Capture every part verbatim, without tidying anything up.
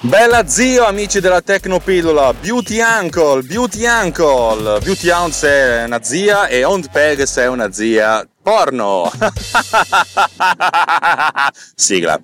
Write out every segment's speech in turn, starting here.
Bella zio, amici della Tecnopillola, Beauty Uncle, Beauty Uncle, Beauty Aunt se è una zia e Aunt Peg se è una zia porno. Sigla.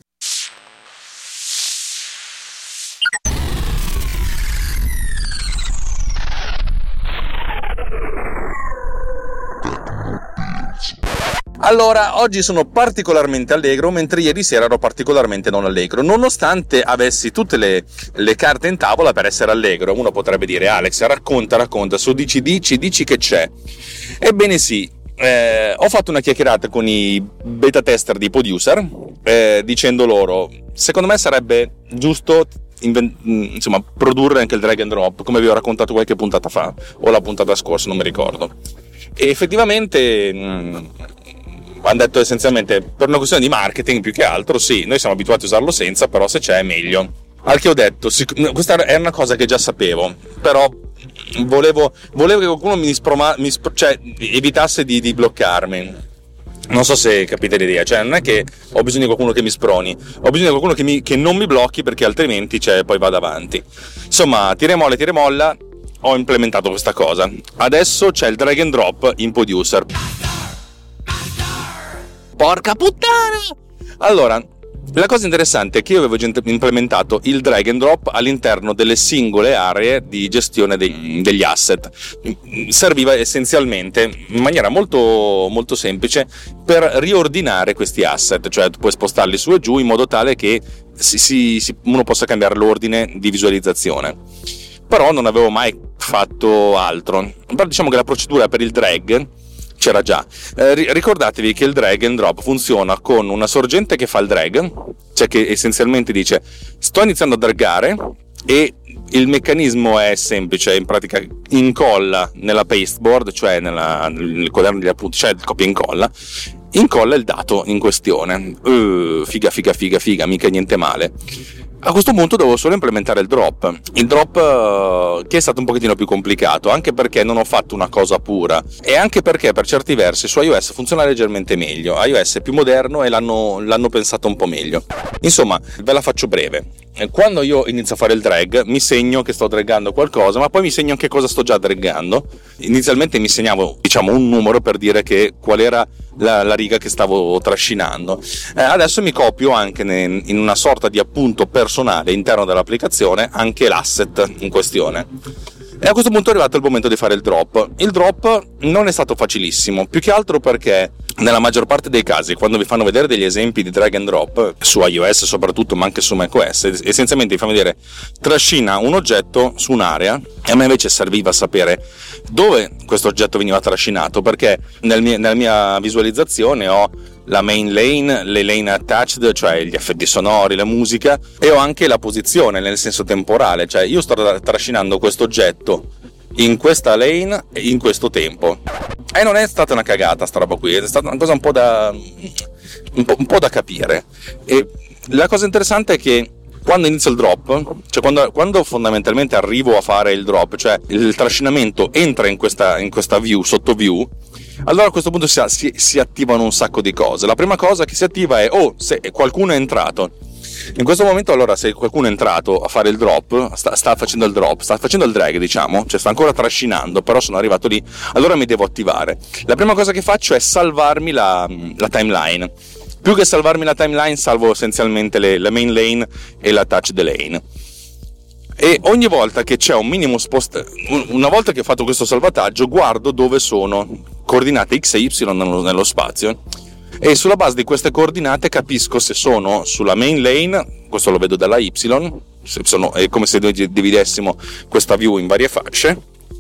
Allora, oggi sono particolarmente allegro, mentre ieri sera ero particolarmente non allegro, nonostante avessi tutte le, le carte in tavola per essere allegro. Uno potrebbe dire: Alex, racconta, racconta, su dici, dici, dici che c'è. Ebbene sì, eh, ho fatto una chiacchierata con i beta tester di Producer, eh, dicendo loro, secondo me sarebbe giusto invent- insomma, produrre anche il drag and drop, come vi ho raccontato qualche puntata fa, o la puntata scorsa, non mi ricordo. E effettivamente mh, hanno detto essenzialmente per una questione di marketing più che altro, sì, noi siamo abituati a usarlo senza, però se c'è è meglio. Al che ho detto, sic- questa è una cosa che già sapevo, però volevo, volevo che qualcuno mi, sproma- mi spro- cioè, evitasse di, di bloccarmi. Non so se capite l'idea, cioè non è che ho bisogno di qualcuno che mi sproni, ho bisogno di qualcuno che, mi, che non mi blocchi, perché altrimenti cioè, poi vado avanti. Insomma, tira e molla, tira e molla, ho implementato questa cosa. Adesso c'è il drag and drop in Producer. Porca puttana! Allora, la cosa interessante è che io avevo implementato il drag and drop all'interno delle singole aree di gestione dei, degli asset. Serviva essenzialmente, in maniera molto, molto semplice, per riordinare questi asset, cioè tu puoi spostarli su e giù in modo tale che si, si, si, uno possa cambiare l'ordine di visualizzazione. Però non avevo mai fatto altro. Però diciamo che la procedura per il drag c'era già. Eh, ricordatevi che il drag and drop funziona con una sorgente che fa il drag, cioè che essenzialmente dice sto iniziando a draggare, e il meccanismo è semplice, in pratica incolla nella pasteboard, cioè nella, nel quaderno degli appunti, cioè il copia e incolla, incolla il dato in questione. Uh, figa figa figa figa, mica niente male. A questo punto devo solo implementare il drop. Il drop uh, che è stato un pochettino più complicato, anche perché non ho fatto una cosa pura, e anche perché per certi versi su iOS funziona leggermente meglio. iOS è più moderno e l'hanno, l'hanno pensato un po' meglio. Insomma, ve la faccio breve. Quando io inizio a fare il drag, mi segno che sto draggando qualcosa, ma poi mi segno anche cosa sto già draggando. Inizialmente mi segnavo, diciamo, un numero per dire che qual era la, la riga che stavo trascinando. Eh, adesso mi copio anche ne, in una sorta di appunto personale interno dell'applicazione anche l'asset in questione. E a questo punto è arrivato il momento di fare il drop. Il drop non è stato facilissimo, più che altro perché nella maggior parte dei casi, quando vi fanno vedere degli esempi di drag and drop, su iOS soprattutto, ma anche su macOS, essenzialmente vi fanno vedere trascina un oggetto su un'area, e a me invece serviva sapere dove questo oggetto veniva trascinato, perché nel mie, nella mia visualizzazione ho la main lane, le lane attached, cioè gli effetti sonori, la musica, e ho anche la posizione nel senso temporale, cioè io sto trascinando questo oggetto in questa lane e in questo tempo. E non è stata una cagata sta roba qui, è stata una cosa un po' da un po', un po' da capire. E la cosa interessante è che quando inizio il drop, cioè quando, quando fondamentalmente arrivo a fare il drop, cioè il trascinamento entra in questa, in questa view, sotto view, allora a questo punto si, si, si attivano un sacco di cose. La prima cosa che si attiva è oh, se qualcuno è entrato. In questo momento, allora, se qualcuno è entrato a fare il drop, sta, sta facendo il drop, sta facendo il drag, diciamo, cioè sta ancora trascinando, però sono arrivato lì, allora mi devo attivare. La prima cosa che faccio è salvarmi la, la timeline. Più che salvarmi la timeline, salvo essenzialmente le, la main lane e la touched lane. E ogni volta che c'è un minimo spost, una volta che ho fatto questo salvataggio, guardo dove sono coordinate x e y nello, nello spazio, e sulla base di queste coordinate capisco se sono sulla main lane, questo lo vedo dalla y, se sono, è come se noi dividessimo questa view in varie fasce,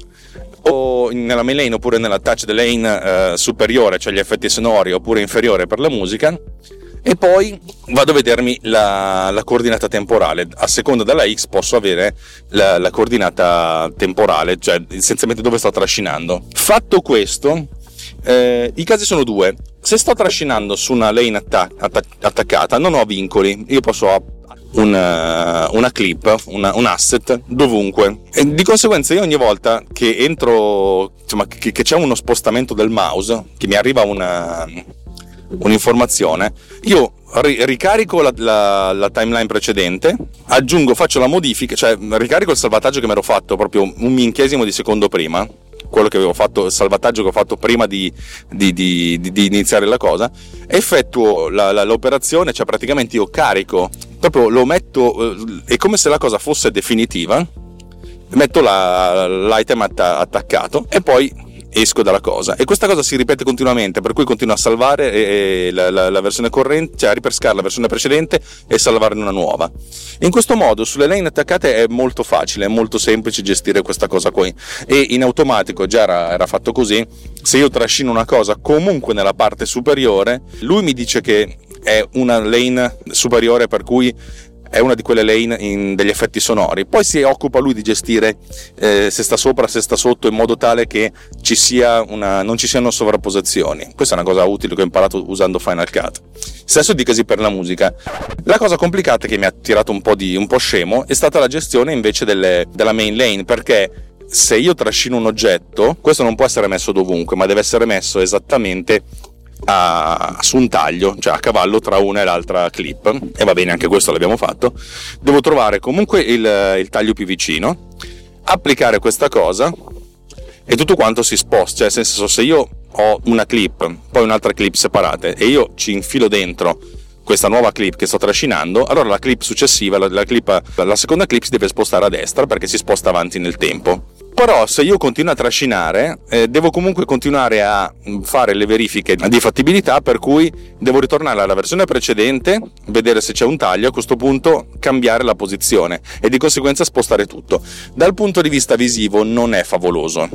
o nella main lane oppure nella touched lane eh, superiore, cioè gli effetti sonori, oppure inferiore per la musica. E poi vado a vedermi la, la coordinata temporale. A seconda della X posso avere la, la coordinata temporale, cioè essenzialmente dove sto trascinando. Fatto questo, eh, i casi sono due. Se sto trascinando su una lane attac- attac- attaccata non ho vincoli, io posso una, una clip, una, un asset dovunque, e di conseguenza io ogni volta che entro, insomma, che, che c'è uno spostamento del mouse, che mi arriva una un'informazione, io ri- ricarico la, la, la timeline precedente, aggiungo, faccio la modifica, cioè ricarico il salvataggio che mi ero fatto proprio un minchesimo di secondo prima, quello che avevo fatto, il salvataggio che ho fatto prima di, di, di, di, di iniziare la cosa, effettuo la, la, l'operazione, cioè praticamente io carico, proprio lo metto, è come se la cosa fosse definitiva, metto la, l'item atta- attaccato e poi esco dalla cosa, e questa cosa si ripete continuamente, per cui continuo a salvare e, e la, la, la versione corrente, cioè a ripescare la versione precedente e salvarne una nuova. In questo modo sulle lane attaccate è molto facile, è molto semplice gestire questa cosa qui, e in automatico già era, era fatto così. Se io trascino una cosa comunque nella parte superiore, lui mi dice che è una lane superiore, per cui è una di quelle lane in degli effetti sonori, poi si occupa lui di gestire eh, se sta sopra, se sta sotto, in modo tale che ci sia una, non ci siano sovrapposizioni. Questa è una cosa utile che ho imparato usando Final Cut. Stesso dicasi per la musica. La cosa complicata che mi ha tirato un po' di un po' scemo è stata la gestione invece delle, della main lane, perché se io trascino un oggetto, questo non può essere messo dovunque, ma deve essere messo esattamente A, su un taglio, cioè a cavallo tra una e l'altra clip, e va bene, anche questo l'abbiamo fatto. Devo trovare comunque il, il taglio più vicino, applicare questa cosa e tutto quanto si sposta, cioè nel senso, se io ho una clip, poi un'altra clip separate e io ci infilo dentro questa nuova clip che sto trascinando, allora la clip successiva, la, la, clip, la seconda clip si deve spostare a destra perché si sposta avanti nel tempo. Però se io continuo a trascinare, eh, devo comunque continuare a fare le verifiche di fattibilità, per cui devo ritornare alla versione precedente, vedere se c'è un taglio, a questo punto cambiare la posizione e di conseguenza spostare tutto. Dal punto di vista visivo non è favoloso.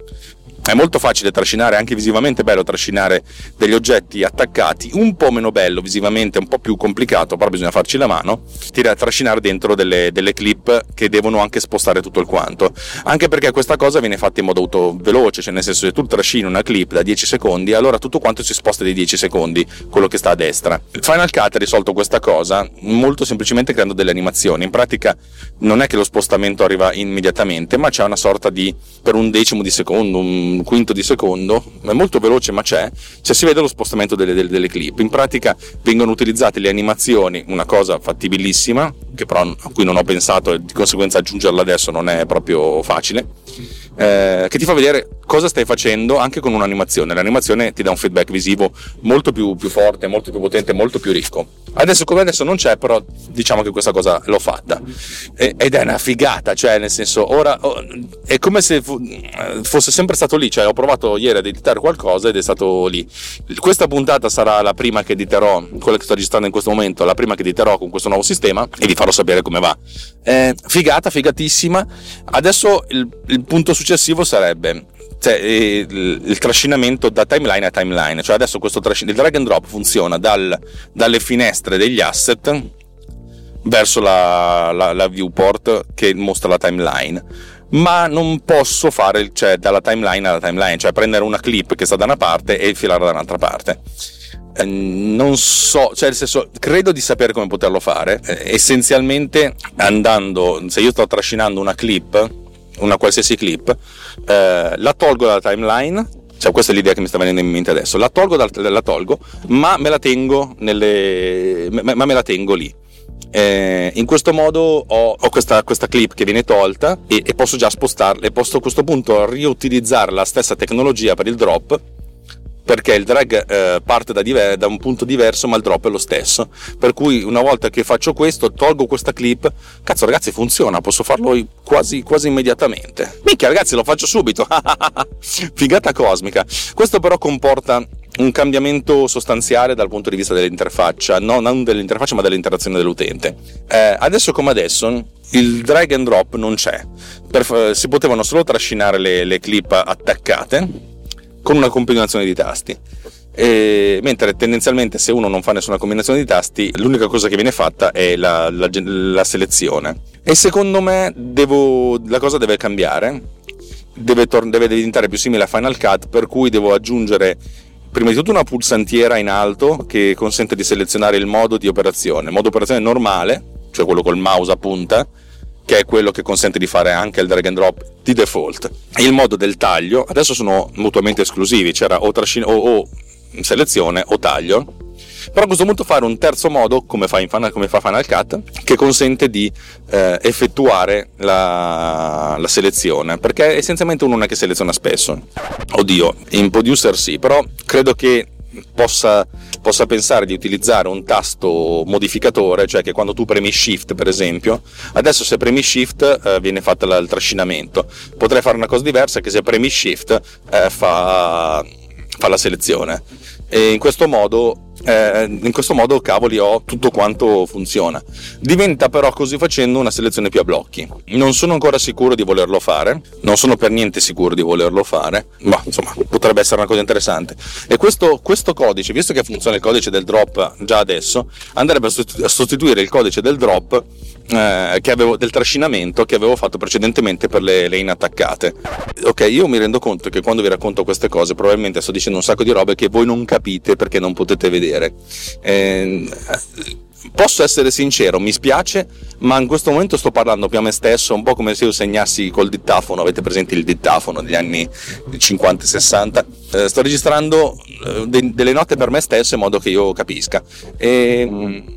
È molto facile trascinare, anche visivamente bello trascinare degli oggetti attaccati, un po' meno bello visivamente, un po' più complicato, però bisogna farci la mano, tirare, trascinare dentro delle, delle clip che devono anche spostare tutto il quanto, anche perché questa cosa viene fatta in modo auto veloce, cioè nel senso, se tu trascini una clip da dieci secondi, allora tutto quanto si sposta di dieci secondi, quello che sta a destra. Final Cut ha risolto questa cosa molto semplicemente creando delle animazioni. In pratica non è che lo spostamento arriva immediatamente, ma c'è una sorta di, per un decimo di secondo, un un quinto di secondo, è molto veloce ma c'è, cioè si vede lo spostamento delle, delle, delle clip. In pratica vengono utilizzate le animazioni, una cosa fattibilissima, che però a cui non ho pensato e di conseguenza aggiungerla adesso non è proprio facile, eh, che ti fa vedere cosa stai facendo anche con un'animazione. L'animazione ti dà un feedback visivo molto più, più forte, molto più potente, molto più ricco. Adesso come adesso non c'è, però diciamo che questa cosa l'ho fatta e, ed è una figata, cioè nel senso, ora oh, è come se fu, fosse sempre stato lì, cioè ho provato ieri ad editare qualcosa ed è stato lì. Questa puntata sarà la prima che editerò, quella che sto registrando in questo momento, la prima che editerò con questo nuovo sistema, e vi farò sapere come va. Eh, figata, figatissima. Adesso il, il punto successivo sarebbe, cioè, il, il trascinamento da timeline a timeline, cioè adesso questo trascin- il drag and drop funziona dal, dalle finestre degli asset verso la, la, la viewport che mostra la timeline, ma non posso fare, cioè, dalla timeline alla timeline, cioè prendere una clip che sta da una parte e infilarla da un'altra parte. Eh, non so, cioè nel senso, credo di sapere come poterlo fare. Eh, essenzialmente andando, se io sto trascinando una clip, una qualsiasi clip, eh, la tolgo dalla timeline, cioè questa è l'idea che mi sta venendo in mente adesso, la tolgo, dal, la tolgo ma me la tengo nelle, ma, ma me la tengo lì. Eh, in questo modo ho, ho questa, questa clip che viene tolta e, e posso già spostarla, e posso a questo punto riutilizzare la stessa tecnologia per il drop, perché il drag eh, parte da, diver- da un punto diverso ma il drop è lo stesso, per cui una volta che faccio questo, tolgo questa clip, cazzo ragazzi funziona, posso farlo quasi, quasi immediatamente, minchia ragazzi lo faccio subito, figata cosmica. Questo però comporta un cambiamento sostanziale dal punto di vista dell'interfaccia, no, non dell'interfaccia ma dell'interazione dell'utente. Eh, adesso come adesso il drag and drop non c'è, per, si potevano solo trascinare le, le clip attaccate con una combinazione di tasti, e, mentre tendenzialmente se uno non fa nessuna combinazione di tasti l'unica cosa che viene fatta è la, la, la selezione, e secondo me devo, la cosa deve cambiare, deve, tor- deve diventare più simile a Final Cut, per cui devo aggiungere prima di tutto una pulsantiera in alto che consente di selezionare il modo di operazione, il modo di operazione normale, cioè quello col mouse a punta, che è quello che consente di fare anche il drag and drop di default. E il modo del taglio adesso sono mutuamente esclusivi, c'era o, trascin- o, o selezione o taglio. Però a questo punto fare un terzo modo, come fa, in Final, come fa Final Cut, che consente di eh, effettuare la, la selezione, perché essenzialmente uno non è che seleziona spesso. Oddio, in Producer sì, però credo che possa, possa pensare di utilizzare un tasto modificatore, cioè che quando tu premi Shift, per esempio, adesso se premi Shift eh, viene fatto il trascinamento. Potrei fare una cosa diversa, che se premi Shift eh, fa, fa la selezione, e in questo modo Eh, in questo modo cavoli ho tutto quanto funziona. Diventa però così facendo una selezione più a blocchi. Non sono ancora sicuro di volerlo fare, non sono per niente sicuro di volerlo fare, ma insomma potrebbe essere una cosa interessante. E questo, questo codice, visto che funziona il codice del drop già adesso, andrebbe a sostituire il codice del drop eh, che avevo, del trascinamento che avevo fatto precedentemente per le, le inattaccate. Ok, io mi rendo conto che quando vi racconto queste cose probabilmente sto dicendo un sacco di robe che voi non capite perché non potete vedere. Eh, posso essere sincero, mi spiace, ma in questo momento sto parlando più a me stesso, un po' come se io segnassi col dittafono. Avete presente il dittafono degli anni cinquanta sessanta? Eh, sto registrando de- delle note per me stesso in modo che io capisca, e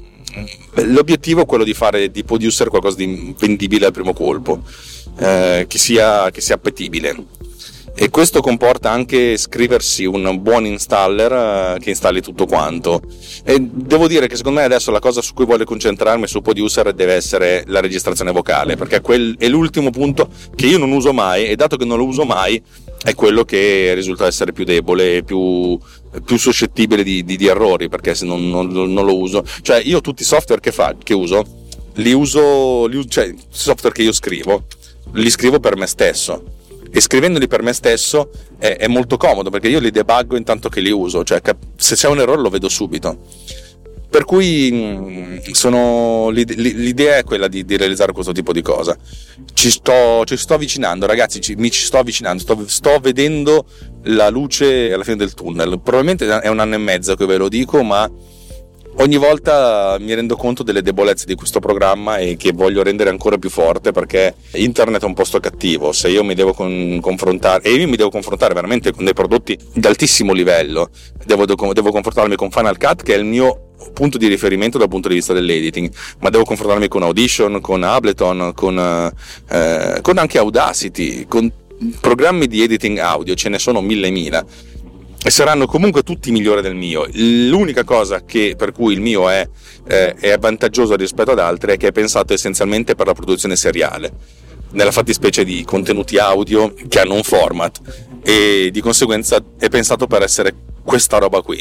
mh, l'obiettivo è quello di fare di Producer qualcosa di vendibile al primo colpo, eh, che sia, che sia appetibile. E questo comporta anche scriversi un buon installer uh, che installi tutto quanto. E devo dire che secondo me adesso la cosa su cui voglio concentrarmi su Producer deve essere la registrazione vocale, perché quel è l'ultimo punto che io non uso mai, e dato che non lo uso mai è quello che risulta essere più debole, più, più suscettibile di, di, di errori, perché se non, non, non lo uso. Cioè io tutti i software che, fa, che uso li uso, li, cioè software che io scrivo li scrivo per me stesso. E scrivendoli per me stesso è, è molto comodo, perché io li debuggo intanto che li uso, cioè se c'è un errore lo vedo subito. Per cui sono, l'idea è quella di, di realizzare questo tipo di cosa. Ci sto, ci sto avvicinando, ragazzi, ci, mi ci sto avvicinando, sto, sto vedendo la luce alla fine del tunnel. Probabilmente è un anno e mezzo che ve lo dico, ma ogni volta mi rendo conto delle debolezze di questo programma e che voglio rendere ancora più forte, perché internet è un posto cattivo. Se io mi devo con, confrontare, e io mi devo confrontare veramente con dei prodotti di altissimo livello, devo, devo confrontarmi con Final Cut, che è il mio punto di riferimento dal punto di vista dell'editing, ma devo confrontarmi con Audition, con Ableton, con, eh, con anche Audacity, con programmi di editing audio, ce ne sono mille mila. E saranno comunque tutti migliori del mio. L'unica cosa che per cui il mio è, eh, è vantaggioso rispetto ad altri è che è pensato essenzialmente per la produzione seriale, nella fattispecie di contenuti audio che hanno un format, e di conseguenza è pensato per essere questa roba qui.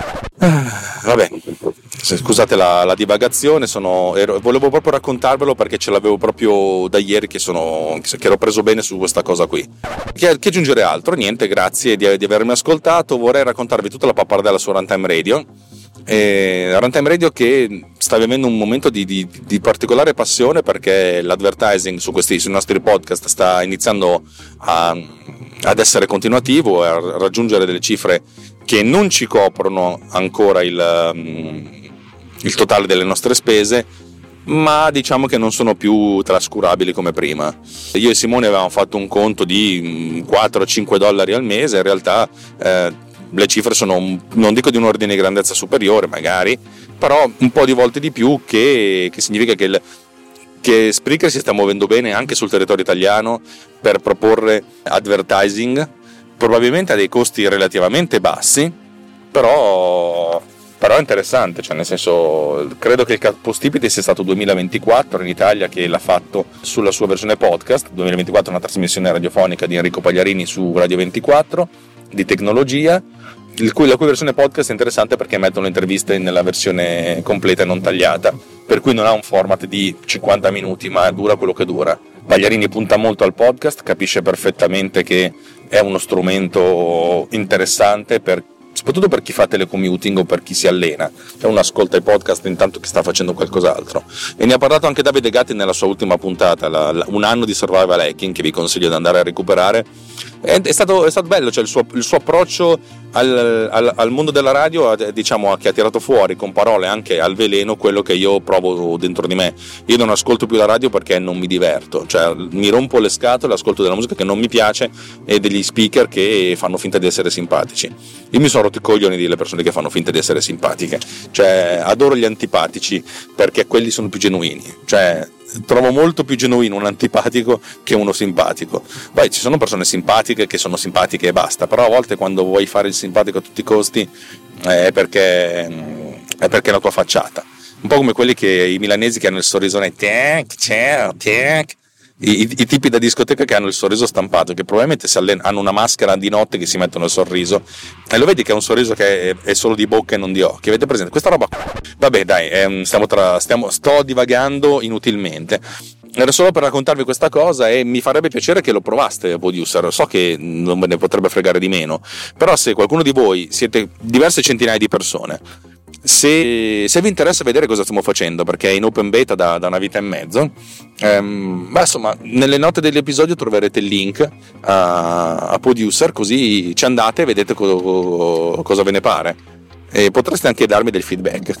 Ah, vabbè, scusate la, la divagazione, sono, ero, volevo proprio raccontarvelo perché ce l'avevo proprio da ieri che, sono, che ero preso bene su questa cosa qui. Che, che aggiungere altro? Niente, grazie di, di avermi ascoltato. Vorrei raccontarvi tutta la pappardella su Runtime Radio. Eh, Runtime Radio che sta vivendo un momento di, di, di particolare passione, perché l'advertising su questi, sui nostri podcast sta iniziando a, ad essere continuativo e a raggiungere delle cifre che non ci coprono ancora il, il totale delle nostre spese, ma diciamo che non sono più trascurabili come prima. Io e Simone avevamo fatto un conto di quattro cinque dollari al mese, in realtà eh, le cifre sono, non dico di un ordine di grandezza superiore magari, però un po' di volte di più, che, che significa che, il, che Spreaker si sta muovendo bene anche sul territorio italiano per proporre advertising, probabilmente a dei costi relativamente bassi, però, però è interessante, cioè nel senso, credo che il capostipite sia stato duemilaventiquattro in Italia, che l'ha fatto sulla sua versione podcast. duemilaventiquattro è una trasmissione radiofonica di Enrico Pagliarini su Radio ventiquattro di tecnologia, il cui, la cui versione podcast è interessante perché mettono le interviste nella versione completa e non tagliata, per cui non ha un format di cinquanta minuti, ma dura quello che dura. Pagliarini punta molto al podcast, capisce perfettamente che è uno strumento interessante per, soprattutto per chi fa telecommuting o per chi si allena, cioè uno ascolta i podcast intanto che sta facendo qualcos'altro. E ne ha parlato anche Davide Gatti nella sua ultima puntata, la, la, un anno di survival hacking, che vi consiglio di andare a recuperare, È, è, stato, è stato bello, cioè il suo, il suo approccio al, al, al mondo della radio, diciamo, che ha tirato fuori con parole anche al veleno quello che io provo dentro di me. Io non ascolto più la radio perché non mi diverto, cioè mi rompo le scatole, ascolto della musica che non mi piace e degli speaker che fanno finta di essere simpatici. Io mi sono rotto i coglioni delle persone che fanno finta di essere simpatiche, cioè adoro gli antipatici perché quelli sono più genuini, cioè trovo molto più genuino un antipatico che uno simpatico. Poi ci sono persone simpatiche che sono simpatiche e basta, però a volte quando vuoi fare il simpatico a tutti i costi è perché è perché è la tua facciata, un po' come quelli che i milanesi che hanno il sorrisone tac, ciao, tac. I, i, i tipi da discoteca che hanno il sorriso stampato, che probabilmente si allen- hanno una maschera di notte che si mettono il sorriso e lo vedi che è un sorriso che è, è solo di bocca e non di occhi. Avete presente questa roba? Vabbè dai, ehm, stiamo tra, stiamo, sto divagando inutilmente. Era solo per raccontarvi questa cosa e mi farebbe piacere che lo provaste, producer. So che non ve ne potrebbe fregare di meno, però se qualcuno di voi, siete diverse centinaia di persone, Se, se vi interessa vedere cosa stiamo facendo, perché è in open beta da, da una vita e mezzo, ehm, ma insomma nelle note dell'episodio troverete il link a, a producer, così ci andate e vedete co- cosa ve ne pare e potreste anche darmi del feedback.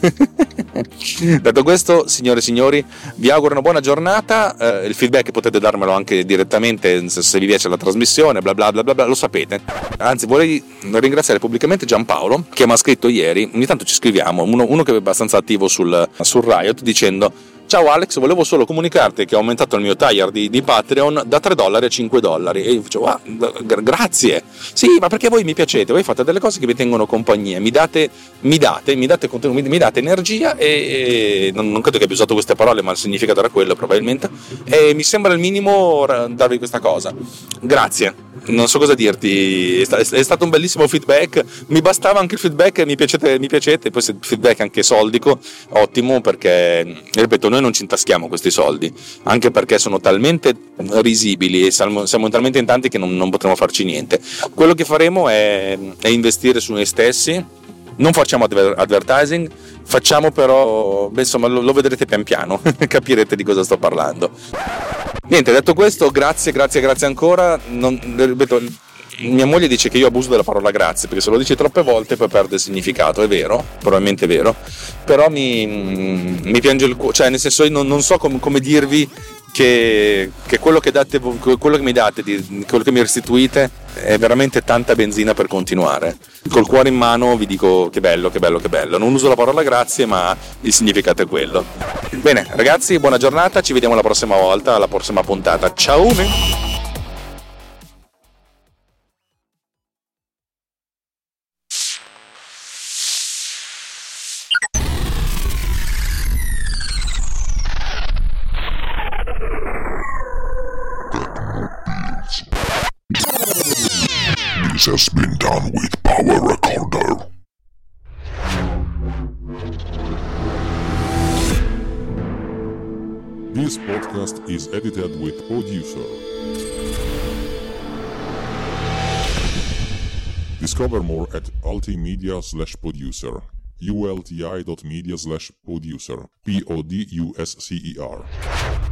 Detto questo, signore e signori, vi auguro una buona giornata. Eh, il feedback potete darmelo anche direttamente se, se vi piace la trasmissione, bla bla bla bla bla, lo sapete. Anzi, vorrei ringraziare pubblicamente Giampaolo che mi ha scritto ieri, ogni tanto ci scriviamo, uno, uno che è abbastanza attivo sul, sul Riot, dicendo: ciao Alex, volevo solo comunicarti che ho aumentato il mio tier di, di Patreon da tre dollari a cinque dollari. E io facevo: ah, grazie. Sì, ma perché voi mi piacete, voi fate delle cose che vi tengono compagnia, mi date, mi date, mi date, mi, mi date energia e, e non, non credo che abbia usato queste parole, ma il significato era quello probabilmente, e mi sembra il minimo darvi questa cosa. Grazie. Non so cosa dirti, è stato un bellissimo feedback, mi bastava anche il feedback, mi piacete, mi piacete, poi se il feedback anche soldico, ottimo, perché ripeto, noi non ci intaschiamo questi soldi, anche perché sono talmente risibili e siamo, siamo talmente in tanti che non, non potremo farci niente. Quello che faremo è, è investire su noi stessi, non facciamo adver- advertising, facciamo però, beh, insomma lo, lo vedrete pian piano, capirete di cosa sto parlando. Niente, detto questo, grazie, grazie, grazie ancora. Non, ripeto, mia moglie dice che io abuso della parola grazie, perché se lo dici troppe volte poi perde il significato. È vero, probabilmente è vero, però mi, mi piange il cuore, cioè nel senso io non, non so com- come dirvi che, che quello che date, quello che mi date, quello che mi restituite è veramente tanta benzina per continuare. Col cuore in mano vi dico che bello, che bello, che bello. Non uso la parola grazie, ma il significato è quello. Bene ragazzi, buona giornata, ci vediamo la prossima volta, alla prossima puntata. Ciao! This has been done with Power Recorder. This podcast is edited with Producer. Discover more at ultimedia slash producer. ulti dot media slash producer. P O D U S C E R.